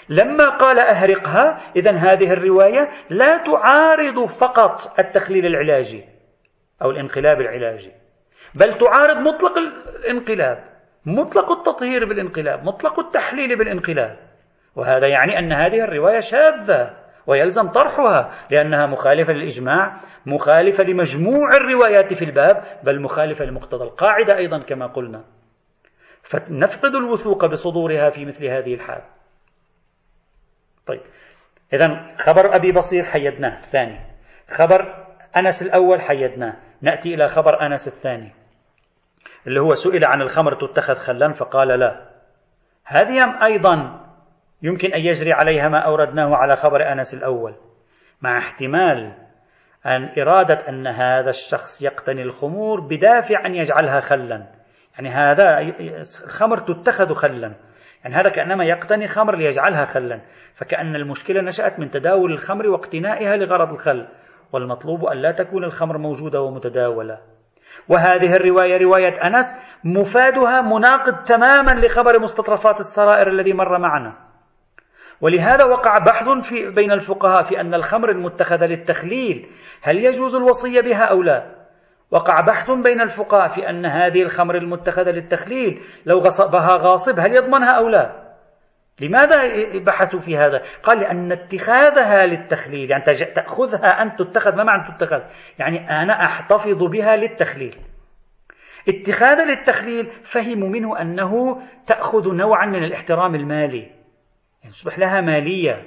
لما قال أهرقها إذن هذه الرواية لا تعارض فقط التخليل العلاجي أو الانقلاب العلاجي، بل تعارض مطلق الانقلاب، مطلق التطهير بالانقلاب، مطلق التحليل بالانقلاب. وهذا يعني أن هذه الرواية شاذة ويلزم طرحها، لأنها مخالفة للإجماع، مخالفة لمجموع الروايات في الباب، بل مخالفة لمقتضى القاعدة أيضا كما قلنا، فنفقد الوثوق بصدورها في مثل هذه الحال. طيب، إذن خبر أبي بصير حيدناه الثاني، خبر أنس الأول حيدناه، نأتي إلى خبر أنس الثاني اللي هو سئل عن الخمر تتخذ خلا فقال لا. هذه أيضا يمكن أن يجري عليها ما أوردناه على خبر أنس الأول، مع احتمال أن إرادة أن هذا الشخص يقتني الخمور بدافع أن يجعلها خلا، يعني هذا الخمر تتخذ خلا، يعني هذا كأنما يقتني خمر ليجعلها خلا، فكأن المشكلة نشأت من تداول الخمر واقتنائها لغرض الخل، والمطلوب أن لا تكون الخمر موجودة ومتداولة. وهذه الرواية رواية أنس مفادها مناقض تماما لخبر مستطرفات السرائر الذي مر معنا، ولهذا وقع بحث في بين الفقهاء في أن الخمر المتخذة للتخليل هل يجوز الوصية بها أو لا. وقع بحث بين الفقهاء في أن هذه الخمر المتخذة للتخليل لو غصبها غاصب هل يضمنها أو لا. لماذا بحثوا في هذا؟ قال لأن اتخاذها للتخليل، يعني تأخذها أن تتخذ، ما معنى تتخذ؟ يعني أنا أحتفظ بها للتخليل. اتخاذ للتخليل فهموا منه أنه تأخذ نوعا من الاحترام المالي، يعني تصبح لها مالية.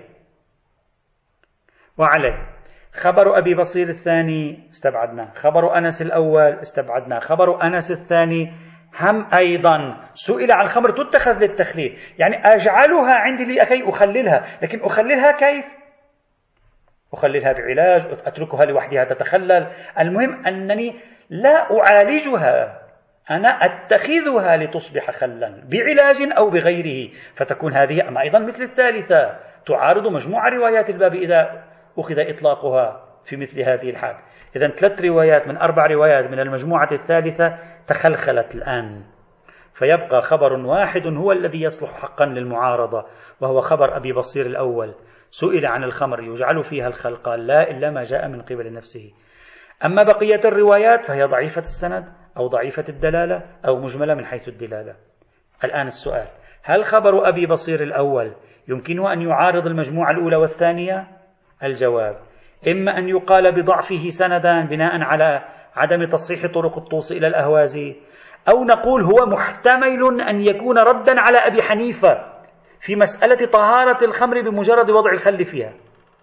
وعليه خبر أبي بصير الثاني استبعدناه، خبر أنس الأول استبعدناه، خبر أنس الثاني هم أيضا سئل عن خمر تتخذ للتخليل، يعني أجعلها عندي لكي أخللها، لكن أخللها كيف؟ أخللها بعلاج، أتركها لوحدها تتخلل، المهم أنني لا أعالجها، أنا أتخذها لتصبح خلا بعلاج أو بغيره، فتكون هذه أما أيضا مثل الثالثة تعارض مجموعة روايات الباب إذا أخذ إطلاقها في مثل هذه الحال. إذن ثلاث روايات من أربع روايات من المجموعة الثالثة تخلخلت الآن، فيبقى خبر واحد هو الذي يصلح حقا للمعارضة، وهو خبر أبي بصير الأول. سئل عن الخمر يجعل فيها الخل قال لا إلا ما جاء من قبل نفسه. أما بقية الروايات فهي ضعيفة السند أو ضعيفة الدلالة أو مجملة من حيث الدلالة. الآن السؤال، هل خبر أبي بصير الأول يمكنه أن يعارض المجموعة الأولى والثانية؟ الجواب إما أن يقال بضعفه سندا بناء على عدم تصحيح طرق الطوس إلى الأهوازي، أو نقول هو محتمل أن يكون ردا على أبي حنيفة في مسألة طهارة الخمر بمجرد وضع الخل فيها،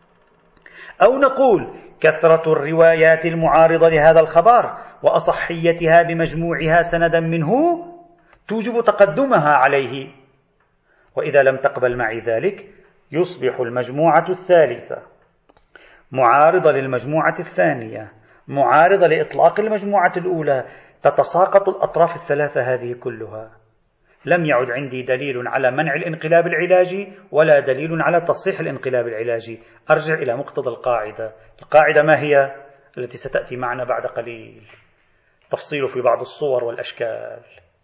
أو نقول كثرة الروايات المعارضة لهذا الخبر وأصحيتها بمجموعها سندا منه توجب تقدمها عليه. وإذا لم تقبل معي ذلك يصبح المجموعة الثالثة معارضة للمجموعة الثانية، معارضة لإطلاق المجموعة الأولى، تتساقط الأطراف الثلاثة هذه كلها. لم يعد عندي دليل على منع الانقلاب العلاجي ولا دليل على تصحيح الانقلاب العلاجي. أرجع إلى مقتضى القاعدة. القاعدة ما هي؟ التي ستأتي معنا بعد قليل، تفصيل في بعض الصور والأشكال،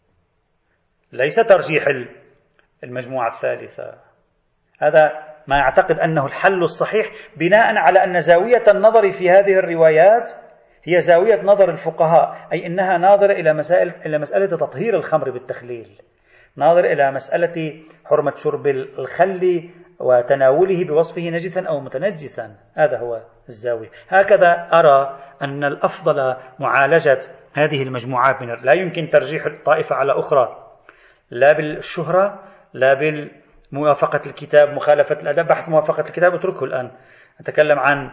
ليس ترجيح المجموعة الثالثة. هذا ما يعتقد أنه الحل الصحيح بناء على أن زاوية النظر في هذه الروايات هي زاوية نظر الفقهاء، أي أنها ناظرة إلى مسائل إلى مسألة تطهير الخمر بالتخليل، ناظر إلى مسألة حرمة شرب الخل وتناوله بوصفه نجسا أو متنجسا. هذا هو الزاوية. هكذا أرى أن الأفضل معالجة هذه المجموعات من لا يمكن ترجيح الطائفة على أخرى لا بالشهرة لا بالموافقة الكتاب مخالفة الأدب. بحث موافقة الكتاب اتركه الآن، أتكلم عن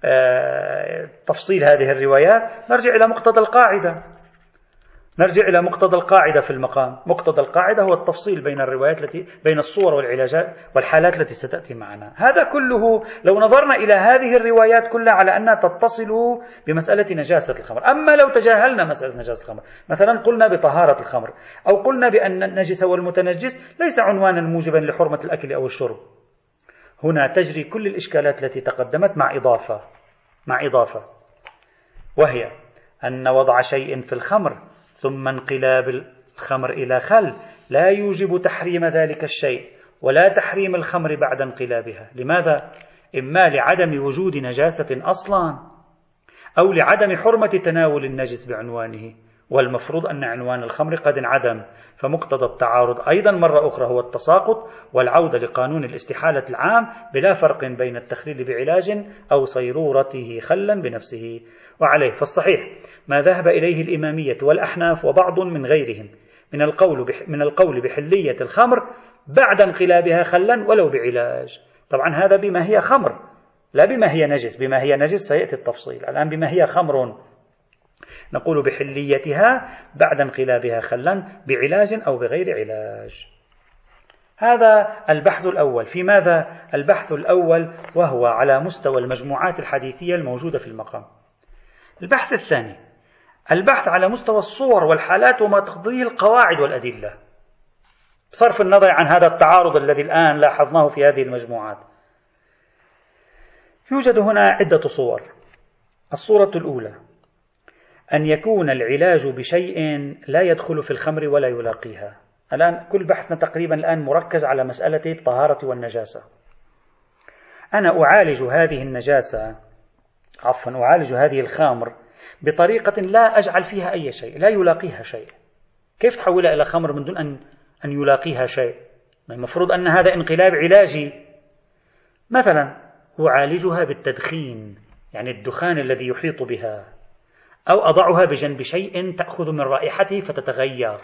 تفصيل هذه الروايات. نرجع إلى مقتضى القاعدة، نرجع إلى مقتضى القاعدة في المقام. مقتضى القاعدة هو التفصيل بين الروايات التي بين الصور والعلاجات والحالات التي ستأتي معنا. هذا كله لو نظرنا إلى هذه الروايات كلها على أنها تتصل بمسألة نجاسة الخمر. أما لو تجاهلنا مسألة نجاسة الخمر، مثلا قلنا بطهارة الخمر أو قلنا بأن النجس والمتنجس ليس عنوانا موجبا لحرمة الأكل أو الشرب، هنا تجري كل الإشكالات التي تقدمت مع إضافة مع إضافة وهي أن وضع شيء في الخمر ثم انقلاب الخمر إلى خل لا يوجب تحريم ذلك الشيء ولا تحريم الخمر بعد انقلابها. لماذا؟ إما لعدم وجود نجاسة أصلا، أو لعدم حرمة تناول النجس بعنوانه، والمفروض أن عنوان الخمر قد انعدم، فمقتضى التعارض أيضا مرة أخرى هو التساقط والعودة لقانون الاستحالة العام، بلا فرق بين التخليل بعلاج أو صيرورته خلا بنفسه. وعليه فالصحيح ما ذهب إليه الإمامية والأحناف وبعض من غيرهم من القول بح من القول بحلية الخمر بعد انقلابها خلا ولو بعلاج. طبعا هذا بما هي خمر، لا بما هي نجس. بما هي نجس سيأتي التفصيل. الآن بما هي خمر نقول بحليتها بعد انقلابها خلا بعلاج أو بغير علاج. هذا البحث الأول. في ماذا البحث الأول؟ وهو على مستوى المجموعات الحديثية الموجودة في المقام. البحث الثاني البحث على مستوى الصور والحالات وما تقتضيه القواعد والأدلة، بصرف النظر عن هذا التعارض الذي الآن لاحظناه في هذه المجموعات. يوجد هنا عدة صور. الصورة الأولى أن يكون العلاج بشيء لا يدخل في الخمر ولا يلاقيها. الآن كل بحثنا تقريبا الآن مركز على مسألة الطهارة والنجاسة. أنا أعالج هذه النجاسة عفوا أعالج هذه الخمر بطريقة لا أجعل فيها أي شيء، لا يلاقيها شيء. كيف تحولها إلى خمر من دون أن أن يلاقيها شيء؟ المفروض أن هذا انقلاب علاجي. مثلا أعالجها بالتدخين، يعني الدخان الذي يحيط بها، أو أضعها بجنب شيء تأخذ من رائحته فتتغير.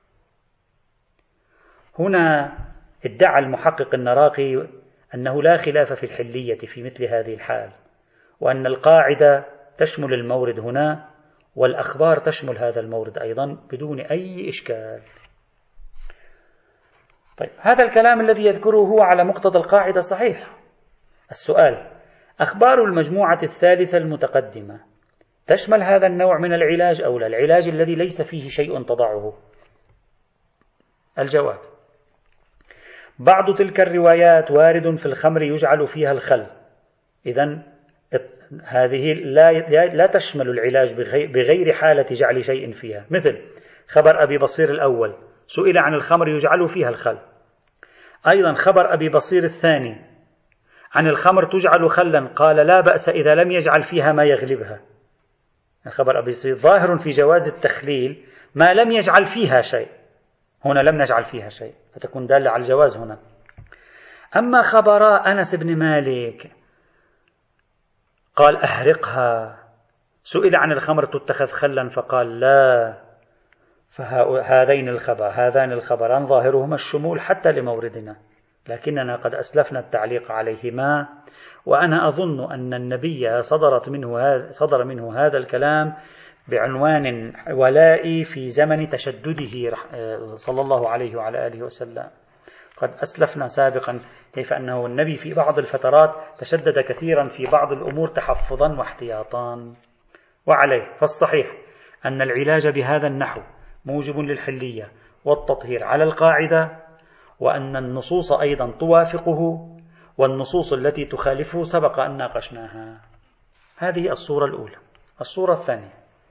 هنا ادعى المحقق النراقي أنه لا خلاف في الحلية في مثل هذه الحال، وأن القاعدة تشمل المورد هنا والأخبار تشمل هذا المورد أيضا بدون أي إشكال. طيب هذا الكلام الذي يذكره هو على مقتضى القاعدة صحيح. السؤال: أخبار المجموعة الثالثة المتقدمة تشمل هذا النوع من العلاج أو لا؟ العلاج الذي ليس فيه شيء تضعه. الجواب: بعض تلك الروايات وارد في الخمر يجعل فيها الخل، إذن هذه لا, لا تشمل العلاج بغير حالة جعل شيء فيها، مثل خبر أبي بصير الأول سئل عن الخمر يجعل فيها الخل. أيضا خبر أبي بصير الثاني عن الخمر تجعل خلا، قال لا بأس إذا لم يجعل فيها ما يغلبها. خبر أبي بصير ظاهر في جواز التخليل ما لم يجعل فيها شيء، هنا لم نجعل فيها شيء فتكون دالة على الجواز هنا. أما خبر أنس بن مالك قال أحرقها، سئل عن الخمر تتخذ خلا فقال لا، فهذين الخبر هذان الخبران ظاهرهما الشمول حتى لموردنا، لكننا قد أسلفنا التعليق عليهما، وأنا أظن أن النبي صدرت منه هذا صدر منه هذا الكلام بعنوان ولائي في زمن تشدده صلى الله عليه وعلى آله وسلم. قد أسلفنا سابقا كيف أنه النبي في بعض الفترات تشدد كثيرا في بعض الأمور تحفظا واحتياطا. وعليه فالصحيح أن العلاج بهذا النحو موجب للحلية والتطهير على القاعدة، وأن النصوص أيضا توافقه، والنصوص التي تخالفه سبق أن ناقشناها. هذه الصورة الأولى. الصورة الثانية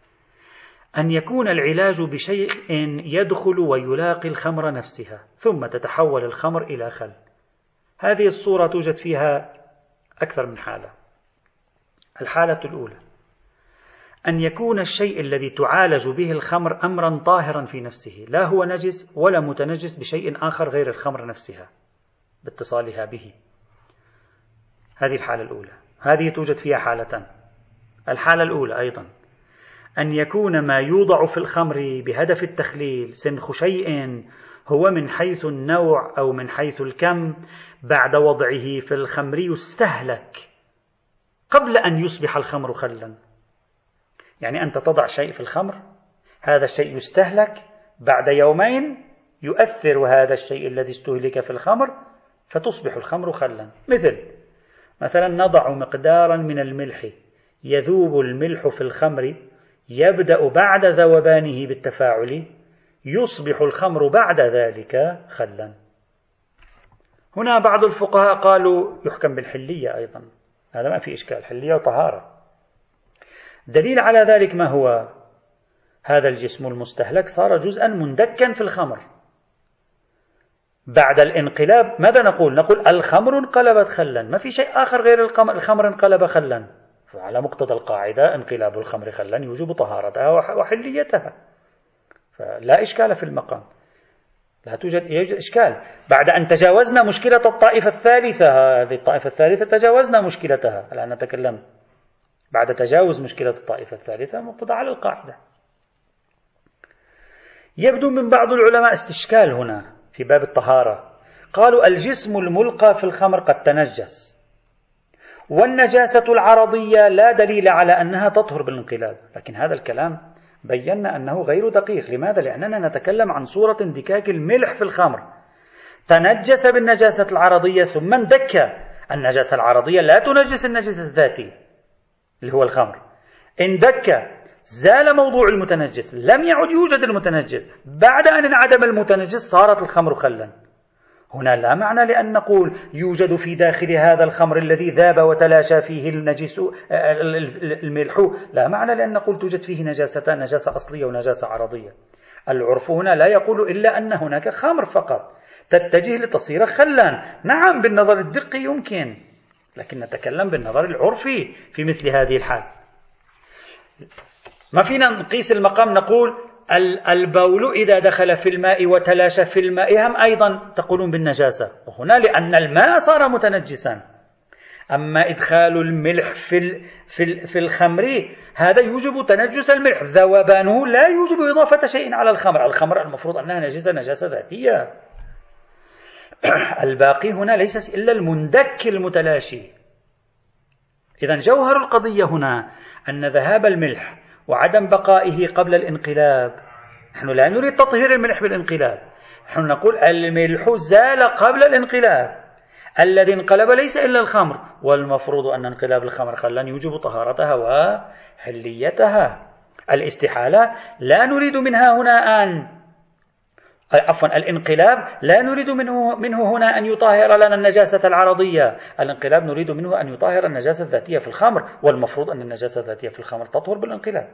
أن يكون العلاج بشيء يدخل ويلاقي الخمر نفسها ثم تتحول الخمر إلى خل. هذه الصورة توجد فيها أكثر من حالة. الحالة الأولى أن يكون الشيء الذي تعالج به الخمر أمرا طاهرا في نفسه، لا هو نجس ولا متنجس بشيء آخر غير الخمر نفسها باتصالها به. هذه الحالة الأولى. هذه توجد فيها حالتان. الحالة الأولى أيضا أن يكون ما يوضع في الخمر بهدف التخليل سنخ شيء هو من حيث النوع أو من حيث الكم بعد وضعه في الخمر يستهلك قبل أن يصبح الخمر خلا. يعني أنت تضع شيء في الخمر، هذا الشيء يستهلك، بعد يومين يؤثر هذا الشيء الذي استهلك في الخمر فتصبح الخمر خلا. مثل مثلا نضع مقدارا من الملح، يذوب الملح في الخمر، يبدأ بعد ذوبانه بالتفاعل، يصبح الخمر بعد ذلك خلا. هنا بعض الفقهاء قالوا يحكم بالحلية أيضا، هذا ما في إشكال، حلية وطهارة. دليل على ذلك ما هو؟ هذا الجسم المستهلك صار جزءا مندكا في الخمر، بعد الانقلاب ماذا نقول؟ نقول الخمر انقلبت خلا، ما في شيء آخر غير الخمر انقلب خلا، فعلى مقتضى القاعدة انقلاب الخمر خلا يوجب طهارتها وحليتها، فلا إشكال في المقام، لا توجد يوجد إشكال. بعد أن تجاوزنا مشكلة الطائفة الثالثة، هذه الطائفة الثالثة تجاوزنا مشكلتها، الآن نتكلم بعد تجاوز مشكلة الطائفة الثالثة مقتضى على القاعدة. يبدو من بعض العلماء استشكال هنا في باب الطهارة، قالوا الجسم الملقى في الخمر قد تنجس، والنجاسة العرضية لا دليل على أنها تطهر بالانقلاب، لكن هذا الكلام بينا أنه غير دقيق. لماذا؟ لأننا نتكلم عن صورة اندكاك الملح في الخمر، تنجس بالنجاسة العرضية ثم اندك. النجاسة العرضية لا تنجس النجاسة الذاتية اللي هو الخمر، اندك زال موضوع المتنجس، لم يعد يوجد المتنجس، بعد أن انعدم المتنجس صارت الخمر خلا. هنا لا معنى لأن نقول يوجد في داخل هذا الخمر الذي ذاب وتلاشى فيه النجس الملح، لا معنى لأن نقول توجد فيه نجاسة نجاسة أصلية ونجاسة عرضية. العرف هنا لا يقول إلا أن هناك خمر فقط تتجه لتصير خلا، نعم بالنظر الدقي يمكن، لكن نتكلم بالنظر العرفي في مثل هذه الحال. ما فينا نقيس المقام نقول البول إذا دخل في الماء وتلاشى في الماء هم أيضا تقولون بالنجاسة، وهنا لأن الماء صار متنجسا. أما إدخال الملح في في في الخمر هذا يوجب تنجس الملح، ذوبانه لا يوجب إضافة شيء على الخمر، الخمر المفروض أنها نجسة نجاسة ذاتية. الباقي هنا ليس إلا المندك المتلاشي. إذن جوهر القضية هنا أن ذهاب الملح وعدم بقائه قبل الانقلاب، نحن لا نريد تطهير الملح بالانقلاب، نحن نقول الملح زال قبل الانقلاب، الذي انقلب ليس إلا الخمر، والمفروض أن انقلاب الخمر خلا يوجب طهارتها وحليتها. الاستحالة لا نريد منها هنا أن عفوا الانقلاب لا نريد منه, منه هنا أن يطهر لنا النجاسة العرضية، الانقلاب نريد منه أن يطهر النجاسة الذاتية في الخمر، والمفروض أن النجاسة الذاتية في الخمر تطهر بالانقلاب،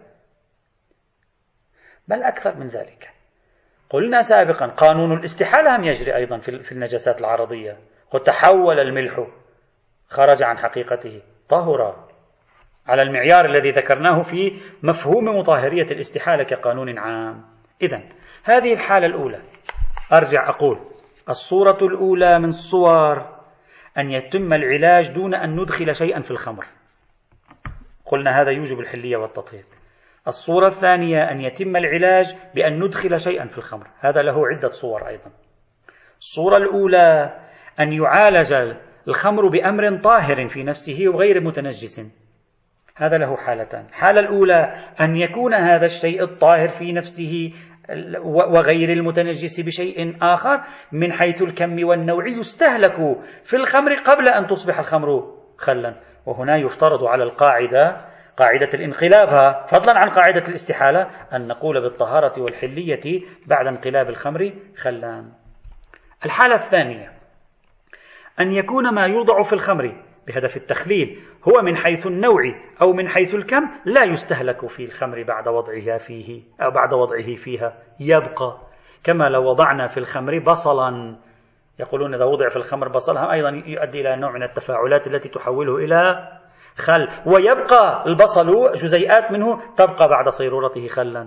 بل أكثر من ذلك. قلنا سابقا قانون الاستحالة هم يجري أيضا في النجاسات العرضية، قد تحول الملح خرج عن حقيقته طهر على المعيار الذي ذكرناه في مفهوم مطهرية الاستحالة كقانون عام. إذن هذه الحالة الأولى، أرجع أقول الصورة الأولى من الصور أن يتم العلاج دون أن ندخل شيئا في الخمر، قلنا هذا يوجب الحلية والتطهير. الصورة الثانية أن يتم العلاج بأن ندخل شيئا في الخمر، هذا له عدة صور أيضا. الصورة الأولى أن يعالج الخمر بأمر طاهر في نفسه وغير متنجس، هذا له حالتان. الحالة الأولى أن يكون هذا الشيء الطاهر في نفسه وغير المتنجس بشيء آخر من حيث الكم والنوع يستهلك في الخمر قبل أن تصبح الخمر خلا، وهنا يفترض على القاعدة قاعدة الانقلاب فضلا عن قاعدة الاستحالة أن نقول بالطهارة والحلية بعد انقلاب الخمر خلا. الحالة الثانية أن يكون ما يوضع في الخمر بهدف التخليل هو من حيث النوع أو من حيث الكم لا يستهلك في الخمر بعد وضعها فيه أو بعد وضعه فيها، يبقى كما لو وضعنا في الخمر بصلا، يقولون إذا وضع في الخمر بصلها أيضا يؤدي إلى نوع من التفاعلات التي تحوله إلى خل، ويبقى البصل جزيئات منه تبقى بعد صيرورته خلا.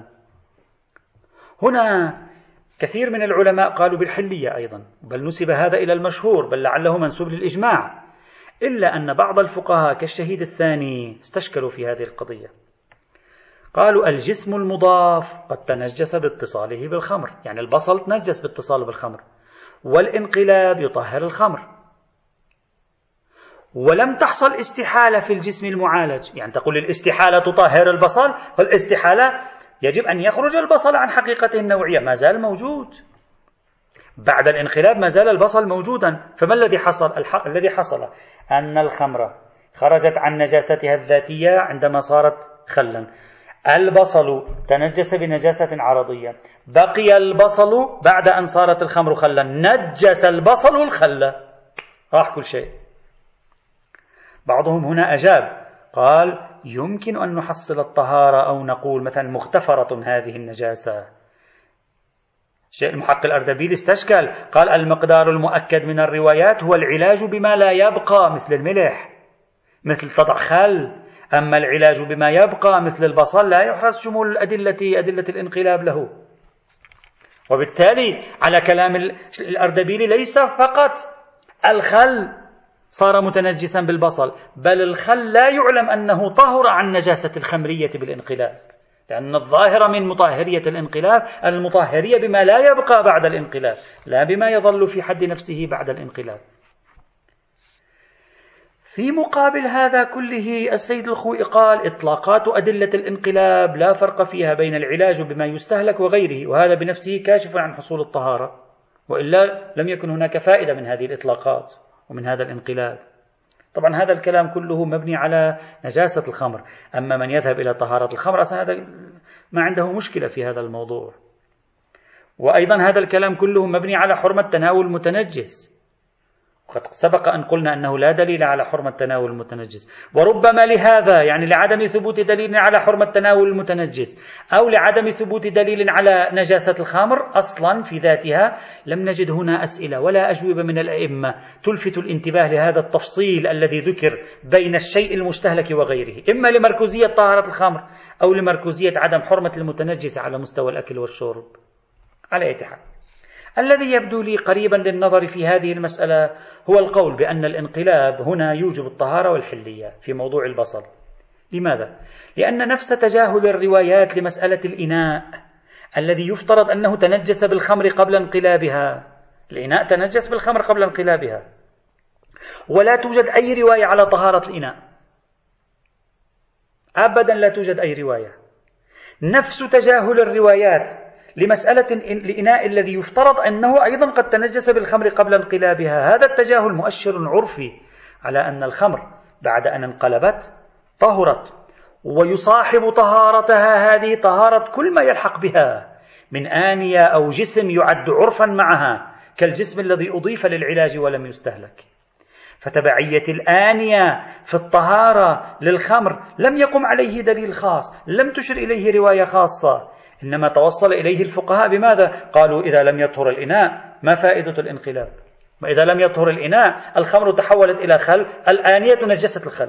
هنا كثير من العلماء قالوا بالحلية أيضا، بل نسب هذا إلى المشهور، بل لعله منسوب للإجماع، إلا أن بعض الفقهاء كالشهيد الثاني استشكلوا في هذه القضية، قالوا الجسم المضاف قد تنجس باتصاله بالخمر، يعني البصل تنجس باتصاله بالخمر، والانقلاب يطهر الخمر، ولم تحصل استحالة في الجسم المعالج، يعني تقول الاستحالة تطهر البصل، فالاستحالة يجب أن يخرج البصل عن حقيقته النوعية، ما زال موجود بعد الانقلاب، ما زال البصل موجودا. فما الذي حصل؟ الح... الذي حصل أن الخمر خرجت عن نجاستها الذاتية عندما صارت خلا، البصل تنجس بنجاسة عرضية، بقي البصل بعد أن صارت الخمر خلا، نجس البصل الخل، راح كل شيء. بعضهم هنا أجاب قال يمكن أن نحصل الطهارة أو نقول مثلا مغتفرة هذه النجاسة، شيء المحقق الأردبيلي استشكل، قال المقدار المؤكد من الروايات هو العلاج بما لا يبقى مثل الملح، مثل تضع خل. أما العلاج بما يبقى مثل البصل لا يحرز شمول الأدلة أدلة الانقلاب له. وبالتالي على كلام الأردبيلي ليس فقط الخل صار متنجسا بالبصل، بل الخل لا يعلم أنه طهر عن نجاسة الخمرية بالانقلاب، لأن الظاهر من مطهرية الانقلاب المطهرية بما لا يبقى بعد الانقلاب، لا بما يظل في حد نفسه بعد الانقلاب. في مقابل هذا كله السيد الخوئي قال إطلاقات أدلة الانقلاب لا فرق فيها بين العلاج بما يستهلك وغيره، وهذا بنفسه كاشف عن حصول الطهارة، وإلا لم يكن هناك فائدة من هذه الإطلاقات ومن هذا الانقلاب. طبعا هذا الكلام كله مبني على نجاسة الخمر، أما من يذهب إلى طهارة الخمر أصلا هذا ما عنده مشكلة في هذا الموضوع. وأيضا هذا الكلام كله مبني على حرمة تناول المتنجس، وقد سبق أن قلنا أنه لا دليل على حرمة تناول المتنجس، وربما لهذا يعني لعدم ثبوت دليل على حرمة تناول المتنجس أو لعدم ثبوت دليل على نجاسة الخمر أصلا في ذاتها لم نجد هنا أسئلة ولا أجوبة من الأئمة تلفت الانتباه لهذا التفصيل الذي ذكر بين الشيء المستهلك وغيره، إما لمركزية طهارة الخمر أو لمركزية عدم حرمة المتنجس على مستوى الأكل والشرب. على أي حال، الذي يبدو لي قريبا للنظر في هذه المسألة هو القول بأن الانقلاب هنا يوجب الطهارة والحلية في موضوع البصل. لماذا؟ لأن نفس تجاهل الروايات لمسألة الإناء الذي يفترض أنه تنجس بالخمر قبل انقلابها، الإناء تنجس بالخمر قبل انقلابها، ولا توجد أي رواية على طهارة الإناء، أبدا لا توجد أي رواية. نفس تجاهل الروايات لمسألة الإناء الذي يفترض أنه أيضا قد تنجس بالخمر قبل انقلابها، هذا التجاهل مؤشر عرفي على أن الخمر بعد أن انقلبت طهرت، ويصاحب طهارتها هذه طهارة كل ما يلحق بها من آنية أو جسم يعد عرفا معها كالجسم الذي أضيف للعلاج ولم يستهلك. فتبعية الآنية في الطهارة للخمر لم يقم عليه دليل خاص، لم تشر إليه رواية خاصة، إنما توصل إليه الفقهاء بماذا؟ قالوا إذا لم يطهر الإناء ما فائدة الانقلاب؟ وإذا لم يطهر الإناء الخمر تحولت إلى خل، الآنية نجست الخل،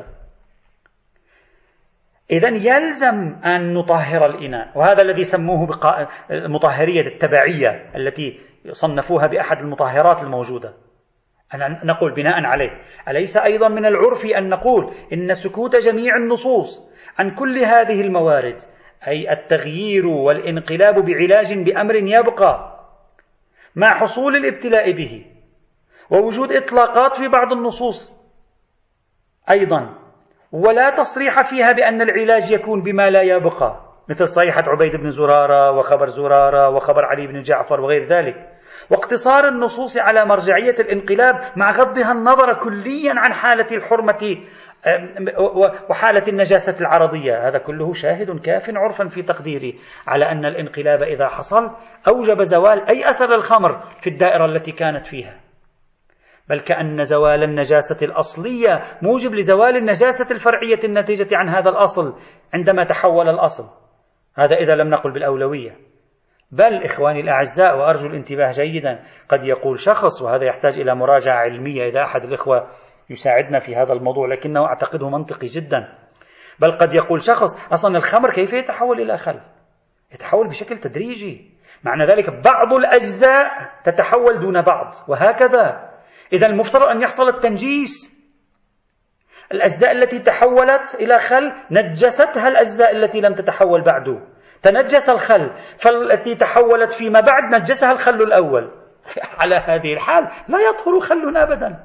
إذن يلزم أن نطهر الإناء. وهذا الذي سموه مطهرية التبعية التي صنفوها بأحد المطهرات الموجودة. أنا نقول بناء عليه أليس أيضا من العرف أن نقول إن سكوت جميع النصوص عن كل هذه الموارد، أي التغيير والانقلاب بعلاج بأمر يبقى مع حصول الابتلاء به ووجود إطلاقات في بعض النصوص أيضا ولا تصريح فيها بأن العلاج يكون بما لا يبقى، مثل صيحة عبيد بن زرارة وخبر زرارة وخبر علي بن جعفر وغير ذلك، واقتصار النصوص على مرجعية الانقلاب مع غضها النظر كليا عن حالة الحرمة وحالة النجاسة العرضية. هذا كله شاهد كاف عرفا في تقديري على أن الانقلاب إذا حصل أوجب زوال أي أثر الخمر في الدائرة التي كانت فيها، بل كأن زوال النجاسة الأصلية موجب لزوال النجاسة الفرعية الناتجة عن هذا الأصل عندما تحول الأصل. هذا إذا لم نقل بالأولوية. بل إخواني الأعزاء، وأرجو الانتباه جيدا، قد يقول شخص، وهذا يحتاج إلى مراجعة علمية إذا أحد الإخوة يساعدنا في هذا الموضوع لكنه أعتقده منطقي جدا، بل قد يقول شخص أصلا الخمر كيف يتحول إلى خل؟ يتحول بشكل تدريجي، معنى ذلك بعض الأجزاء تتحول دون بعض وهكذا. إذا المفترض أن يحصل التنجيس، الأجزاء التي تحولت إلى خل نجستها الأجزاء التي لم تتحول بعد، تنجس الخل، فالتي تحولت فيما بعد نجسها الخل الأول. على هذه الحال لا يطهر خل أبدا.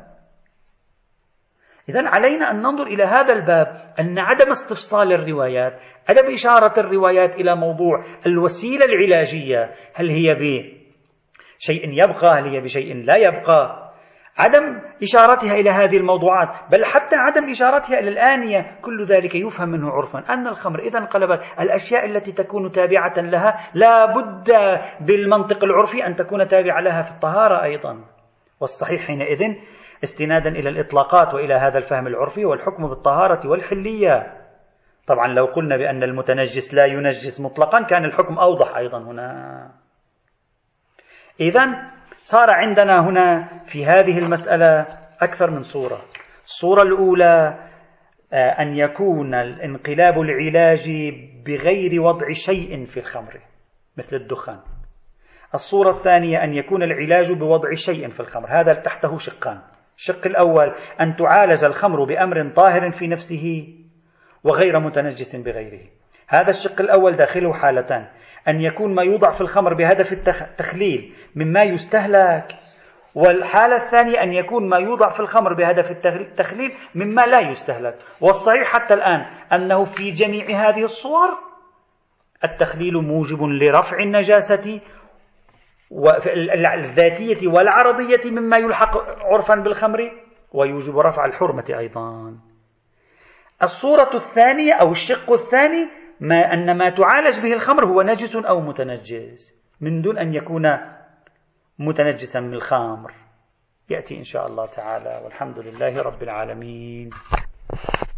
إذن علينا أن ننظر إلى هذا الباب أن عدم استفصال الروايات، عدم إشارة الروايات إلى موضوع الوسيلة العلاجية، هل هي بشيء يبقى هل هي بشيء لا يبقى، عدم إشارتها إلى هذه الموضوعات، بل حتى عدم إشارتها إلى الآنية، كل ذلك يفهم منه عرفا أن الخمر إذا انقلبت الأشياء التي تكون تابعة لها لا بد بالمنطق العرفي أن تكون تابعة لها في الطهارة أيضا. والصحيح حينئذ استنادا إلى الإطلاقات وإلى هذا الفهم العرفي والحكم بالطهارة والحلية. طبعا لو قلنا بأن المتنجس لا ينجس مطلقا كان الحكم أوضح أيضا هنا. إذن صار عندنا هنا في هذه المسألة أكثر من صورة. الصورة الأولى أن يكون الانقلاب العلاجي بغير وضع شيء في الخمر مثل الدخان. الصورة الثانية أن يكون العلاج بوضع شيء في الخمر، هذا تحته شقان. الشق الأول أن تعالج الخمر بأمر طاهر في نفسه وغير متنجس بغيره. هذا الشق الأول داخله حالتان: أن يكون ما يوضع في الخمر بهدف التخليل مما يستهلك، والحالة الثانية أن يكون ما يوضع في الخمر بهدف التخليل مما لا يستهلك. والصحيح حتى الآن أنه في جميع هذه الصور التخليل موجب لرفع النجاسة الذاتية والعرضية مما يلحق عرفا بالخمر، ويوجب رفع الحرمة أيضا. الصورة الثانية أو الشق الثاني ما أن ما تعالج به الخمر هو نجس أو متنجس من دون أن يكون متنجسا من الخمر، يأتي إن شاء الله تعالى، والحمد لله رب العالمين.